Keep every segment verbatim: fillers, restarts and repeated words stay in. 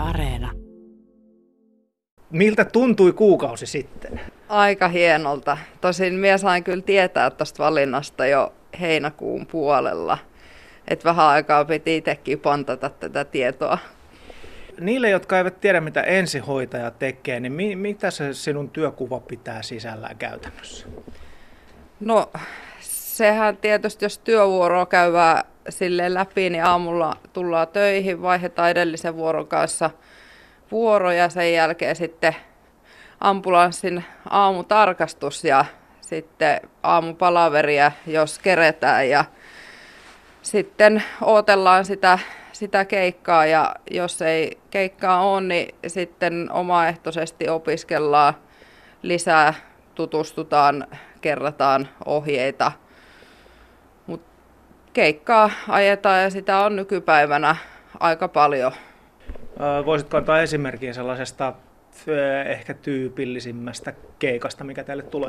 Areena. Miltä tuntui kuukausi sitten? Aika hienolta. Tosin minä sain kyllä tietää tuosta valinnasta jo heinäkuun puolella. Et vähän aikaa piti itsekin pantata tätä tietoa. Niille, jotka eivät tiedä, mitä ensihoitaja tekee, niin mi- mitä se sinun työkuva pitää sisällään käytännössä? No, sehän tietysti, jos työvuoroa käydään silleen läpi, niin aamulla tullaan töihin, vaihdetaan edellisen vuoron kanssa vuoro ja sen jälkeen sitten ambulanssin aamutarkastus ja sitten aamupalaveria, jos keretään, ja sitten odotellaan sitä, sitä keikkaa, ja jos ei keikkaa ole, niin sitten omaehtoisesti opiskellaan lisää, tutustutaan, kerrataan ohjeita. Mut keikkaa ajetaan ja sitä on nykypäivänä aika paljon. Voisitko antaa esimerkkiä sellaisesta ehkä tyypillisimmästä keikasta, mikä teille tulee?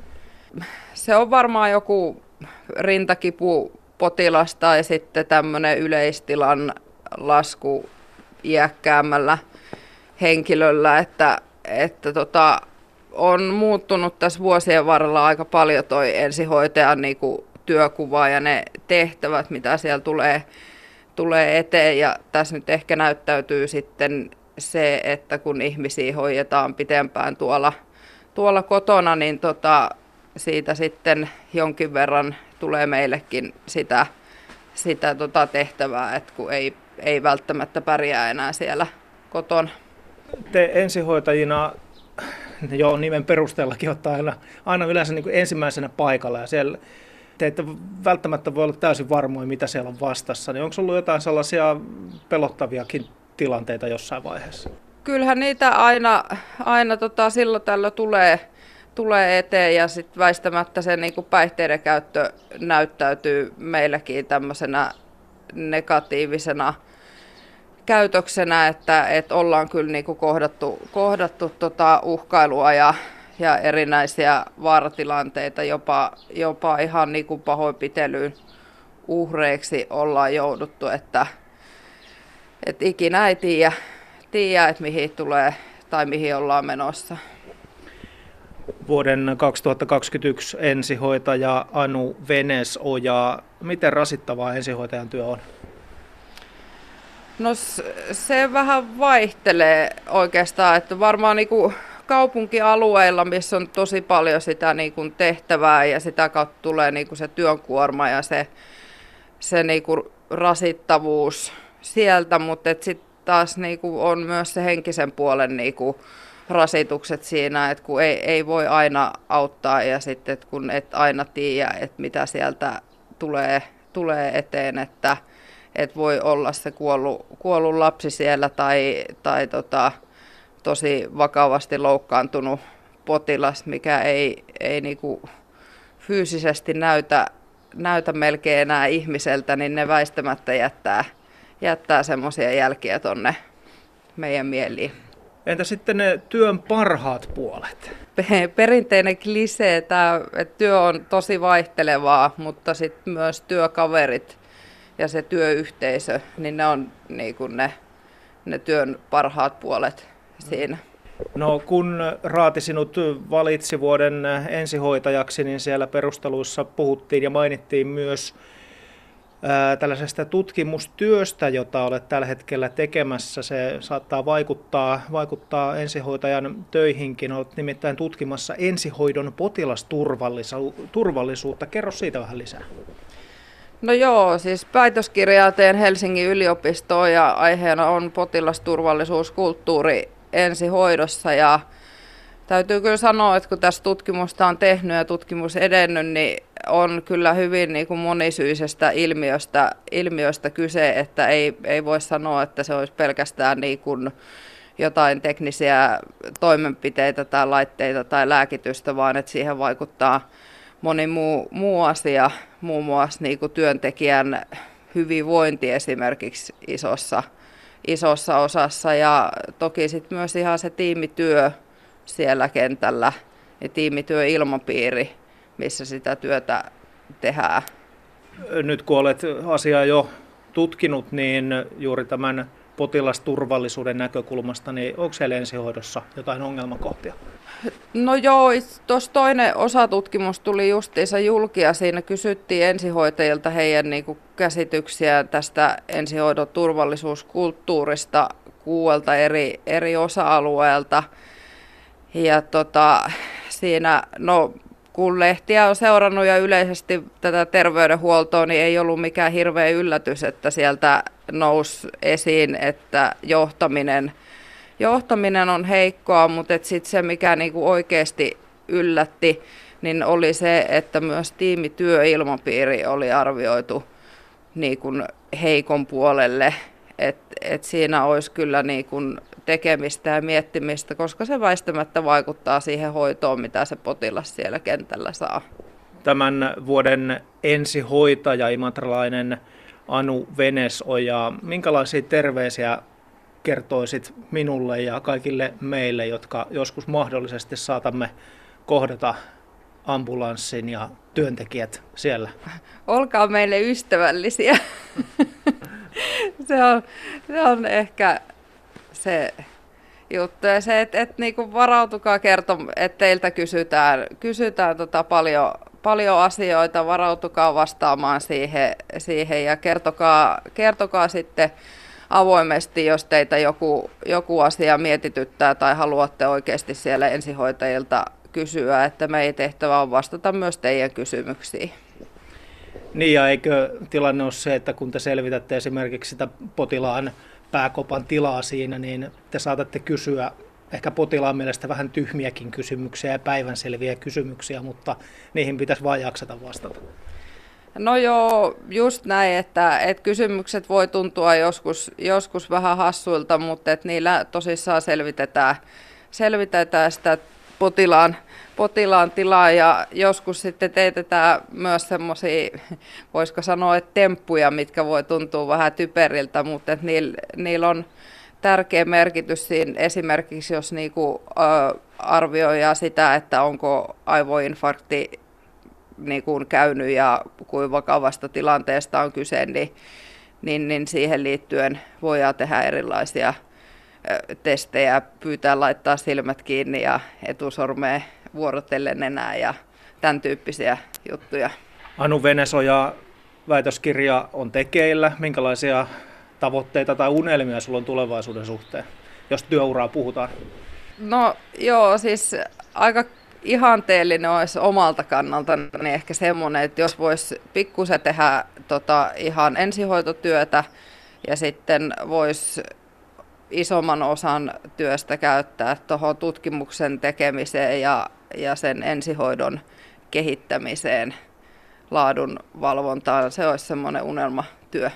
Se on varmaan joku rintakipupotilas tai sitten tämmöinen yleistilan lasku iäkkäämmällä henkilöllä, että, että tota, on muuttunut tässä vuosien varrella aika paljon toi ensihoitajan niin kuin työkuva ja ne tehtävät, mitä siellä tulee, tulee eteen. Ja tässä nyt ehkä näyttäytyy sitten se, että kun ihmisiä hoidetaan pitempään tuolla, tuolla kotona, niin tota, siitä sitten jonkin verran tulee meillekin sitä, sitä tota tehtävää, että kun ei, ei välttämättä pärjää enää siellä kotona. Te ensihoitajina jo nimen perusteellakin ottaa aina, aina yleensä niin kuin ensimmäisenä paikalla, ja siellä te ette välttämättä voi olla täysin varmoja, mitä siellä on vastassa. Niin onko ollut jotain sellaisia pelottaviakin tilanteita jossain vaiheessa? Kyllähän niitä aina, aina tota, silloin tällä tulee, tulee eteen, ja sit väistämättä se niin kuin päihteiden käyttö näyttäytyy meilläkin tämmöisenä negatiivisena käytöksenä, että, että ollaan kyllä niin kuin kohdattu, kohdattu tota uhkailua ja, ja erinäisiä vaaratilanteita, jopa, jopa ihan niin kuin pahoinpitelyyn uhreiksi ollaan jouduttu, että, että ikinä ei tiedä, tiedä, että mihin tulee tai mihin ollaan menossa. Vuoden kaksituhattakaksikymmentäyksi ensihoitaja Anu Venesoja. Miten rasittavaa ensihoitajan työ on? No se vähän vaihtelee oikeastaan, että varmaan niin kuin kaupunkialueilla, missä on tosi paljon sitä niin kuin tehtävää ja sitä kautta tulee niin kuin se työnkuorma ja se, se niin kuin rasittavuus sieltä, mutta sitten taas niin kuin on myös se henkisen puolen niin kuin rasitukset siinä, että kun ei, ei voi aina auttaa ja sitten että kun et aina tiedä, että mitä sieltä tulee, tulee eteen, että että voi olla se kuollut, kuollut lapsi siellä tai, tai tota, tosi vakavasti loukkaantunut potilas, mikä ei, ei niinku fyysisesti näytä, näytä melkein enää ihmiseltä, niin ne väistämättä jättää, jättää semmoisia jälkiä tonne meidän mieliin. Entä sitten ne työn parhaat puolet? Perinteinen klisee, että työ on tosi vaihtelevaa, mutta sitten myös työkaverit ja se työyhteisö, niin ne on niin kuin ne, ne työn parhaat puolet siinä. No kun Raati sinut valitsi vuoden ensihoitajaksi, niin siellä perusteluissa puhuttiin ja mainittiin myös ää, tällaisesta tutkimustyöstä, jota olet tällä hetkellä tekemässä. Se saattaa vaikuttaa, vaikuttaa ensihoitajan töihinkin. Olet nimittäin tutkimassa ensihoidon potilasturvallisuutta. Kerro siitä vähän lisää. No joo, siis väitöskirjaa teen Helsingin yliopistoon ja aiheena on potilasturvallisuuskulttuuri ensihoidossa. Ja täytyy kyllä sanoa, että kun tässä tutkimusta on tehnyt ja tutkimus edennyt, niin on kyllä hyvin niin kuin monisyisestä ilmiöstä, ilmiöstä kyse, että ei, ei voi sanoa, että se olisi pelkästään niin kuin jotain teknisiä toimenpiteitä tai laitteita tai lääkitystä, vaan että siihen vaikuttaa moni muu, muu asia, muun muassa niin kuin työntekijän hyvinvointi esimerkiksi isossa, isossa osassa ja toki sitten myös ihan se tiimityö siellä kentällä ja tiimityöilmapiiri, missä sitä työtä tehdään. Nyt kun olet asiaa jo tutkinut, niin juuri tämän potilasturvallisuuden näkökulmasta, niin onko siellä ensihoidossa jotain ongelmakohtia? No joo, tuossa toinen osatutkimus tuli justiinsa julki ja siinä kysyttiin ensihoitajilta heidän niin kuin käsityksiä tästä ensihoidon turvallisuuskulttuurista kuuelta eri, eri osa-alueelta. Ja tota, siinä, no kun lehtiä on seurannut ja yleisesti tätä terveydenhuoltoa, niin ei ollut mikään hirveä yllätys, että sieltä nousi esiin, että johtaminen Johtaminen on heikkoa, mutta sitten se, mikä niinku oikeasti yllätti, niin oli se, että myös tiimityöilmapiiri oli arvioitu niinku heikon puolelle. Et, et siinä olisi kyllä niinku tekemistä ja miettimistä, koska se väistämättä vaikuttaa siihen hoitoon, mitä se potilas siellä kentällä saa. Tämän vuoden ensihoitaja, imatralainen Anu Venesoja, minkälaisia terveisiä kertoisit minulle ja kaikille meille, jotka joskus mahdollisesti saatamme kohdata ambulanssin ja työntekijät siellä? Olkaa meille ystävällisiä. se, on, se on ehkä se juttu. Ja se, että et niinku varautukaa kertomaan, että teiltä kysytään, kysytään tota paljon, paljon asioita, varautukaa vastaamaan siihen, siihen ja kertokaa, kertokaa sitten avoimesti, jos teitä joku, joku asia mietityttää tai haluatte oikeasti siellä ensihoitajilta kysyä, että meidän tehtävä on vastata myös teidän kysymyksiin. Niin ja eikö tilanne ole se, että kun te selvitätte esimerkiksi sitä potilaan pääkopan tilaa siinä, niin te saatatte kysyä ehkä potilaan mielestä vähän tyhmiäkin kysymyksiä ja päivänselviä kysymyksiä, mutta niihin pitäisi vain jaksata vastata. No joo, just näin, että, että kysymykset voi tuntua joskus, joskus vähän hassuilta, mutta että niillä tosissaan selvitetään, selvitetään sitä potilaan, potilaan tilaa ja joskus sitten teetetään myös semmoisia, voisiko sanoa, että temppuja, mitkä voi tuntua vähän typeriltä, mutta että niillä, niillä on tärkeä merkitys siinä esimerkiksi, jos niinku, ö, arvioidaan sitä, että onko aivoinfarkti niin kuin käynyt ja kuin vakavasta tilanteesta on kyse, niin, niin, niin siihen liittyen voidaan tehdä erilaisia ö, testejä, pyytää laittaa silmät kiinni ja etusormeen vuorotellen enää ja tämän tyyppisiä juttuja. Anu Venesoja, väitöskirja on tekeillä. Minkälaisia tavoitteita tai unelmia sulla on tulevaisuuden suhteen, jos työuraa puhutaan? No joo, siis aika ihanteellinen olisi omalta kannalta niin ehkä semmoinen, että jos voisi pikkusen tehdä tota, ihan ensihoitotyötä ja sitten voisi isomman osan työstä käyttää tuohon tutkimuksen tekemiseen ja, ja sen ensihoidon kehittämiseen, laadun valvontaan. Se olisi semmoinen unelmatyö.